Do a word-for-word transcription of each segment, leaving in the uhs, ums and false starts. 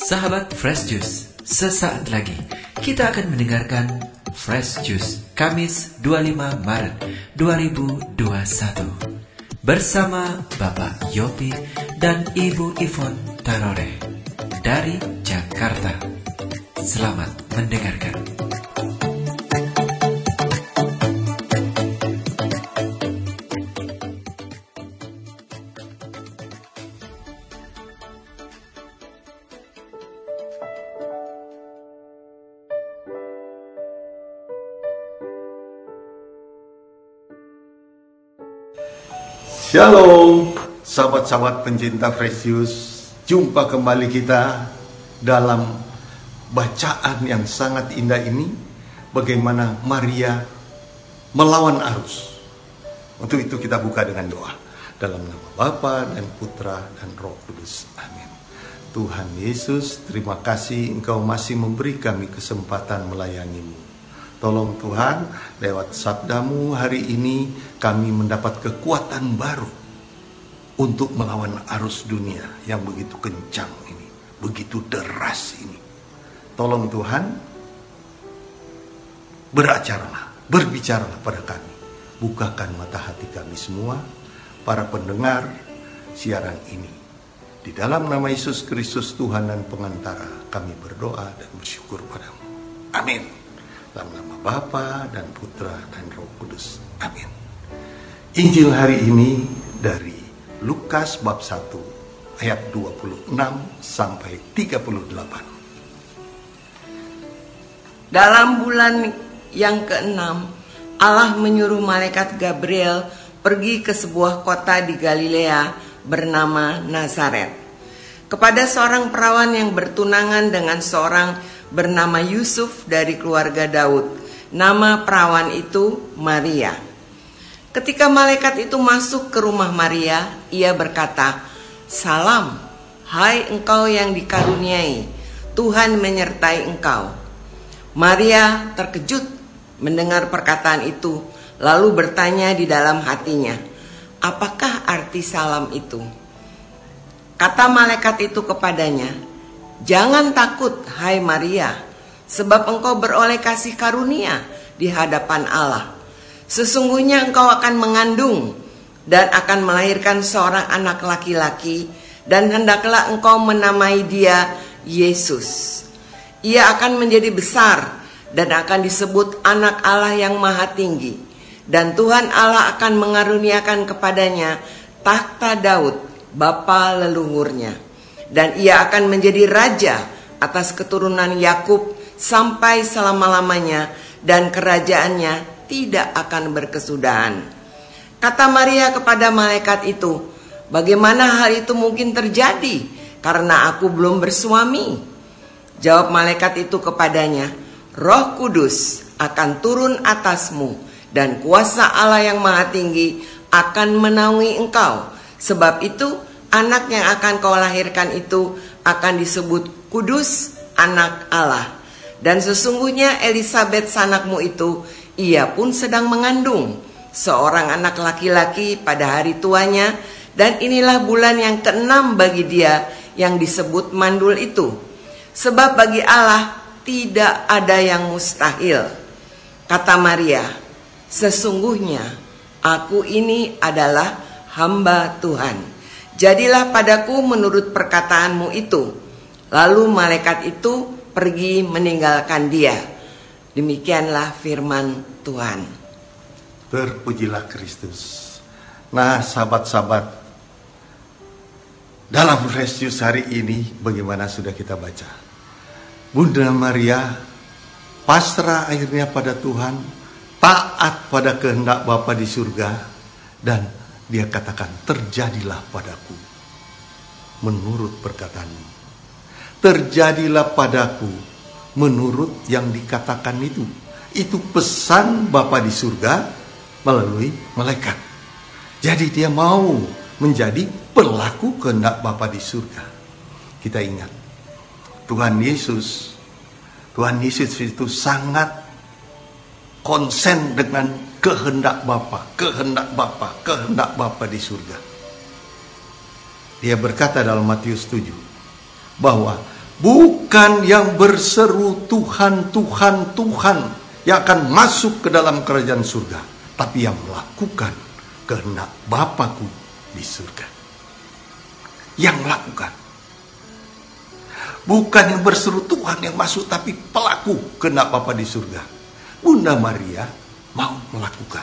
Sahabat Fresh Juice, sesaat lagi kita akan mendengarkan Fresh Juice Kamis dua puluh lima Maret dua ribu dua puluh satu bersama Bapak Yopi dan Ibu Ivon Tarore dari Jakarta. Selamat mendengarkan. Shalom, sahabat-sahabat pencinta Fresh Juice. Jumpa kembali kita dalam bacaan yang sangat indah ini, bagaimana Maria melawan arus. Untuk itu kita buka dengan doa. Dalam nama Bapa dan Putra dan Roh Kudus. Amin. Tuhan Yesus, terima kasih Engkau masih memberi kami kesempatan melayanimu. Tolong Tuhan, lewat sabdamu hari ini kami mendapat kekuatan baru untuk melawan arus dunia yang begitu kencang ini, begitu deras ini. Tolong Tuhan, beracaralah, berbicaralah pada kami. Bukakan mata hati kami semua, para pendengar siaran ini. Di dalam nama Yesus Kristus Tuhan dan Pengantara, kami berdoa dan bersyukur padamu. Amin. Dalam nama Bapa dan Putra dan Roh Kudus. Amin. Injil hari ini dari Lukas bab satu ayat dua puluh enam sampai tiga puluh delapan. Dalam bulan yang keenam, Allah menyuruh malaikat Gabriel pergi ke sebuah kota di Galilea bernama Nazaret, kepada seorang perawan yang bertunangan dengan seorang bernama Yusuf dari keluarga Daud. Nama perawan itu Maria. Ketika malaikat itu masuk ke rumah Maria, ia berkata, "Salam, hai engkau yang dikaruniai, Tuhan menyertai engkau." Maria terkejut mendengar perkataan itu, lalu bertanya di dalam hatinya, "Apakah arti salam itu?" Kata malaikat itu kepadanya, "Jangan takut, hai Maria, sebab engkau beroleh kasih karunia di hadapan Allah. Sesungguhnya engkau akan mengandung dan akan melahirkan seorang anak laki-laki, dan hendaklah engkau menamai dia Yesus. Ia akan menjadi besar dan akan disebut Anak Allah yang Maha Tinggi, dan Tuhan Allah akan mengaruniakan kepadanya takhta Daud, bapa leluhurnya. Dan ia akan menjadi raja atas keturunan Yakub sampai selama-lamanya, dan kerajaannya tidak akan berkesudahan." Kata Maria kepada malaikat itu, "Bagaimana hal itu mungkin terjadi, karena aku belum bersuami?" Jawab malaikat itu kepadanya, "Roh Kudus akan turun atasmu, dan kuasa Allah yang Maha Tinggi akan menaungi engkau. Sebab itu anak yang akan kau lahirkan itu akan disebut kudus, Anak Allah. Dan sesungguhnya Elisabet sanakmu itu, ia pun sedang mengandung seorang anak laki-laki pada hari tuanya, dan inilah bulan yang keenam bagi dia yang disebut mandul itu. Sebab bagi Allah tidak ada yang mustahil." Kata Maria, "Sesungguhnya aku ini adalah hamba Tuhan. Jadilah padaku menurut perkataanmu itu." Lalu malaikat itu pergi meninggalkan dia. Demikianlah firman Tuhan. Terpujilah Kristus. Nah, sahabat-sahabat, dalam Fresh Juice hari ini bagaimana sudah kita baca, Bunda Maria pasrah akhirnya pada Tuhan, taat pada kehendak Bapa di surga, dan dia katakan, "Terjadilah padaku menurut perkataanmu. Terjadilah padaku menurut yang dikatakan itu." Itu pesan Bapa di surga melalui malaikat. Jadi dia mau menjadi pelaku kehendak Bapa di surga. Kita ingat, Tuhan Yesus, Tuhan Yesus itu sangat konsen dengan kehendak Bapa, kehendak Bapa, kehendak Bapa di surga. Dia berkata dalam Matius tujuh bahwa bukan yang berseru Tuhan, Tuhan, Tuhan yang akan masuk ke dalam kerajaan surga, tapi yang melakukan kehendak Bapa-Ku di surga. Yang melakukan. Bukan yang berseru Tuhan yang masuk, tapi pelaku kehendak Bapa di surga. Bunda Maria mau melakukan.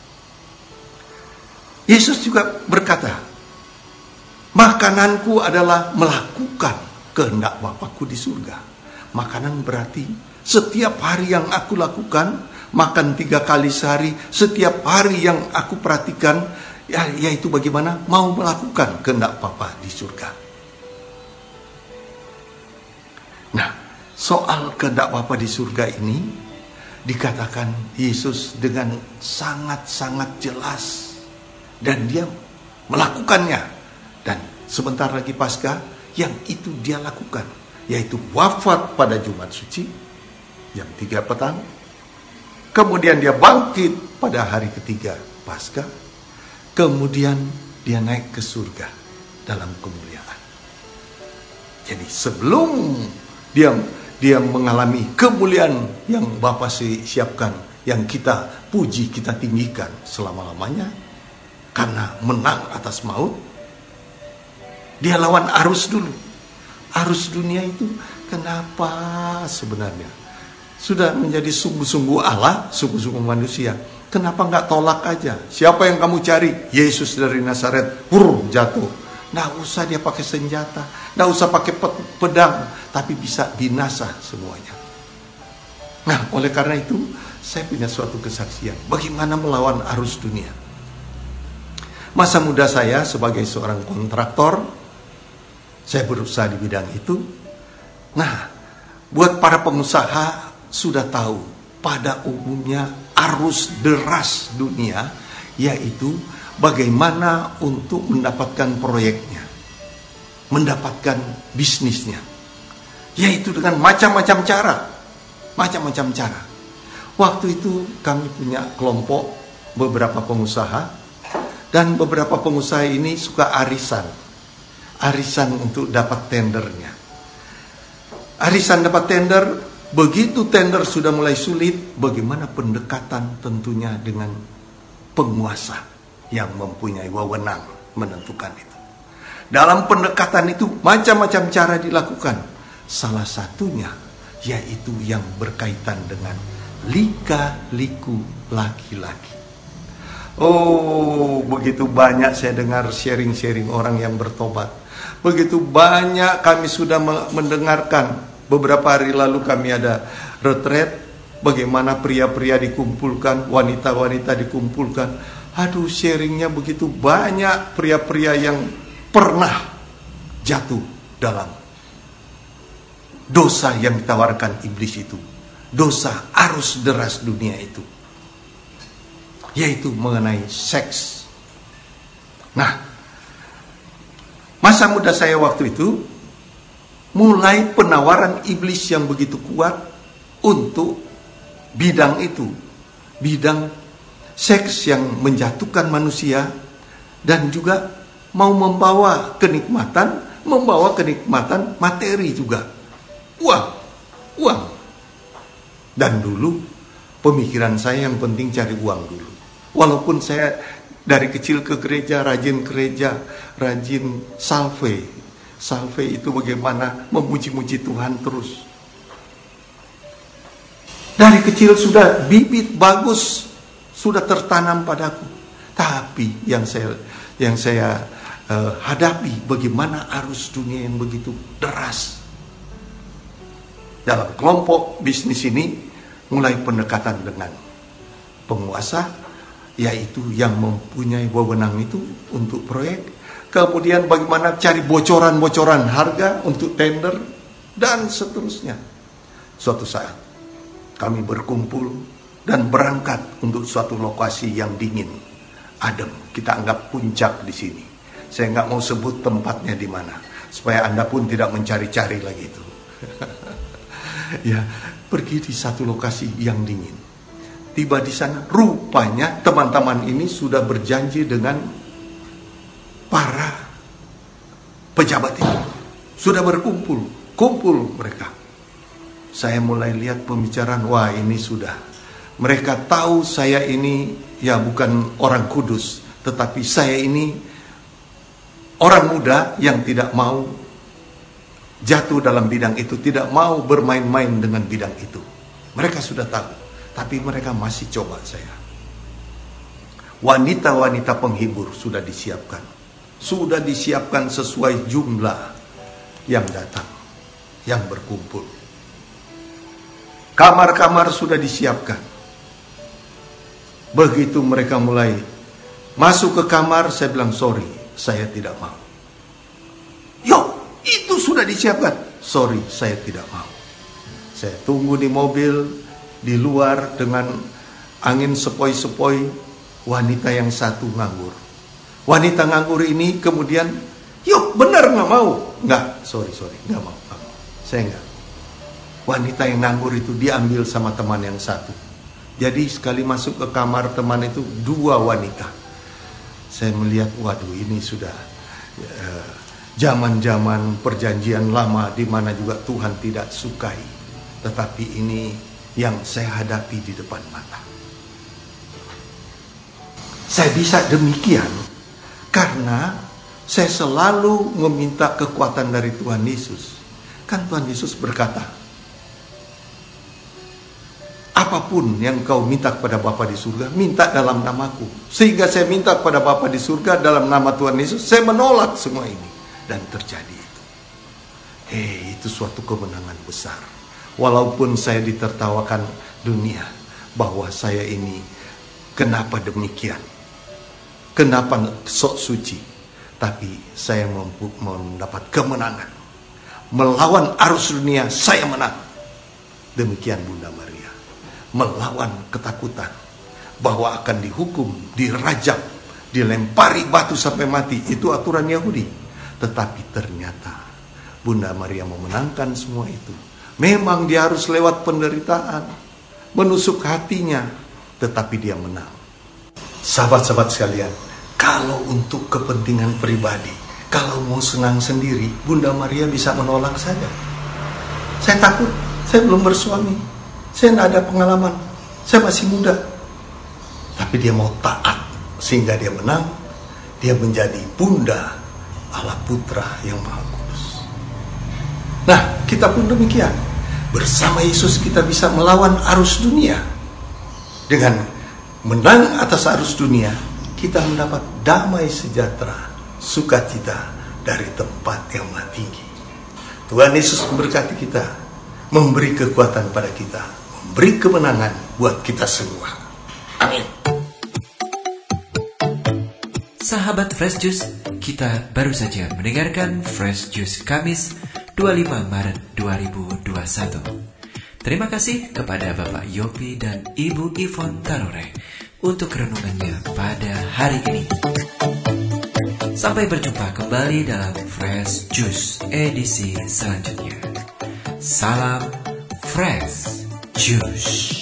Yesus juga berkata, makananku adalah melakukan kehendak Bapa-Ku di surga. Makanan berarti setiap hari yang aku lakukan, makan tiga kali sehari, setiap hari yang aku perhatikan, ya, yaitu bagaimana mau melakukan kehendak Bapa di surga. Nah, soal kehendak Bapa di surga ini dikatakan Yesus dengan sangat-sangat jelas, dan dia melakukannya. Dan sebentar lagi Paskah, yang itu dia lakukan, yaitu wafat pada Jumat Suci jam tiga petang. Kemudian dia bangkit pada hari ketiga Paskah. Kemudian dia naik ke surga dalam kemuliaan. Jadi sebelum dia dia mengalami kemuliaan yang Bapa siapkan, yang kita puji, kita tinggikan selama-lamanya, karena menang atas maut, dia lawan arus dulu. Arus dunia itu kenapa sebenarnya? Sudah menjadi sungguh-sungguh Allah, sungguh-sungguh manusia. Kenapa nggak tolak aja? Siapa yang kamu cari? Yesus dari Nazaret. Hur, jatuh. Nggak usah dia pakai senjata, nggak usah pakai pedang, tapi bisa binasa semuanya. Nah, oleh karena itu, saya punya suatu kesaksian. Bagaimana melawan arus dunia? Masa muda saya sebagai seorang kontraktor, saya berusaha di bidang itu. Nah, buat para pengusaha sudah tahu, pada umumnya arus deras dunia, yaitu bagaimana untuk mendapatkan proyeknya, mendapatkan bisnisnya, yaitu dengan macam-macam cara, macam-macam cara. Waktu itu kami punya kelompok beberapa pengusaha, dan beberapa pengusaha ini suka arisan, arisan untuk dapat tendernya. Arisan dapat tender, begitu tender sudah mulai sulit, bagaimana pendekatan tentunya dengan penguasa yang mempunyai wewenang menentukan itu. Dalam pendekatan itu macam-macam cara dilakukan. Salah satunya yaitu yang berkaitan dengan lika-liku laki-laki. Oh, begitu banyak saya dengar sharing-sharing orang yang bertobat. Begitu banyak kami sudah mendengarkan. Beberapa hari lalu kami ada retret, bagaimana pria-pria dikumpulkan, wanita-wanita dikumpulkan. Aduh, sharingnya begitu banyak pria-pria yang pernah jatuh dalam dosa yang ditawarkan iblis itu. Dosa arus deras dunia itu, yaitu mengenai seks. Nah, masa muda saya waktu itu mulai penawaran iblis yang begitu kuat untuk bidang itu, bidang seks yang menjatuhkan manusia, dan juga mau membawa kenikmatan, membawa kenikmatan materi juga, uang, uang. Dan dulu pemikiran saya yang penting cari uang dulu. Walaupun saya dari kecil ke gereja, rajin gereja, rajin salve. Salve itu bagaimana memuji-muji Tuhan terus. Dari kecil sudah bibit bagus sudah tertanam padaku. Tapi yang saya yang saya uh, hadapi bagaimana arus dunia yang begitu deras. Dalam kelompok bisnis ini mulai pendekatan dengan penguasa, yaitu yang mempunyai wewenang itu untuk proyek. Kemudian bagaimana cari bocoran-bocoran harga untuk tender, dan seterusnya. Suatu saat kami berkumpul dan berangkat untuk suatu lokasi yang dingin, adem. Kita anggap puncak di sini. Saya nggak mau sebut tempatnya di mana, supaya Anda pun tidak mencari-cari lagi itu. Ya, pergi di satu lokasi yang dingin. Tiba di sana, rupanya teman-teman ini sudah berjanji dengan para pejabat itu. Sudah berkumpul, kumpul mereka. Saya mulai lihat pembicaraan, wah ini sudah. Mereka tahu saya ini ya bukan orang kudus, tetapi saya ini orang muda yang tidak mau jatuh dalam bidang itu, tidak mau bermain-main dengan bidang itu. Mereka sudah tahu, tapi mereka masih coba saya. Wanita-wanita penghibur sudah disiapkan. Sudah disiapkan sesuai jumlah yang datang, yang berkumpul. Kamar-kamar sudah disiapkan. Begitu mereka mulai masuk ke kamar, saya bilang, sorry, saya tidak mau. Yo, itu sudah disiapkan. Sorry, saya tidak mau. Saya tunggu di mobil, di luar dengan angin sepoi-sepoi. Wanita yang satu nganggur. Wanita nganggur ini kemudian, yuk benar nggak mau? Nggak, sorry, sorry, nggak mau, nggak mau. Saya nggak. Wanita yang nganggur itu diambil sama teman yang satu. Jadi sekali masuk ke kamar teman itu dua wanita. Saya melihat, waduh ini sudah uh, zaman-zaman perjanjian lama di mana juga Tuhan tidak sukai. Tetapi ini yang saya hadapi di depan mata. Saya bisa demikian karena saya selalu meminta kekuatan dari Tuhan Yesus. Kan Tuhan Yesus berkata, apapun yang kau minta kepada Bapa di surga, minta dalam namaku. Sehingga saya minta kepada Bapa di surga dalam nama Tuhan Yesus, saya menolak semua ini. Dan terjadi itu. Hei, itu suatu kemenangan besar. Walaupun saya ditertawakan dunia, bahwa saya ini kenapa demikian? Kenapa sok suci? Tapi saya mampu mendapat kemenangan. Melawan arus dunia, saya menang. Demikian Bunda Maria. Melawan ketakutan bahwa akan dihukum, dirajam, dilempari batu sampai mati. Itu aturan Yahudi. Tetapi ternyata Bunda Maria memenangkan semua itu. Memang dia harus lewat penderitaan, menusuk hatinya, tetapi dia menang. Sahabat-sahabat sekalian, kalau untuk kepentingan pribadi, kalau mau senang sendiri, Bunda Maria bisa menolak saja. Saya takut, saya belum bersuami, saya tidak ada pengalaman, saya masih muda. Tapi dia mau taat, sehingga dia menang. Dia menjadi Bunda Allah Putra yang Maha Kudus. Nah, kita pun demikian. Bersama Yesus kita bisa melawan arus dunia. Dengan menang atas arus dunia, kita mendapat damai sejahtera, sukacita dari tempat yang maha tinggi. Tuhan Yesus memberkati kita, memberi kekuatan pada kita, memberi kemenangan buat kita semua. Amin. Sahabat Fresh Juice, kita baru saja mendengarkan Fresh Juice Kamis dua puluh lima Maret dua ribu dua puluh satu. Terima kasih kepada Bapak Yopi dan Ibu Ivon Tarore untuk renungannya pada hari ini. Sampai berjumpa kembali dalam Fresh Juice edisi selanjutnya. Salam Fresh Juice.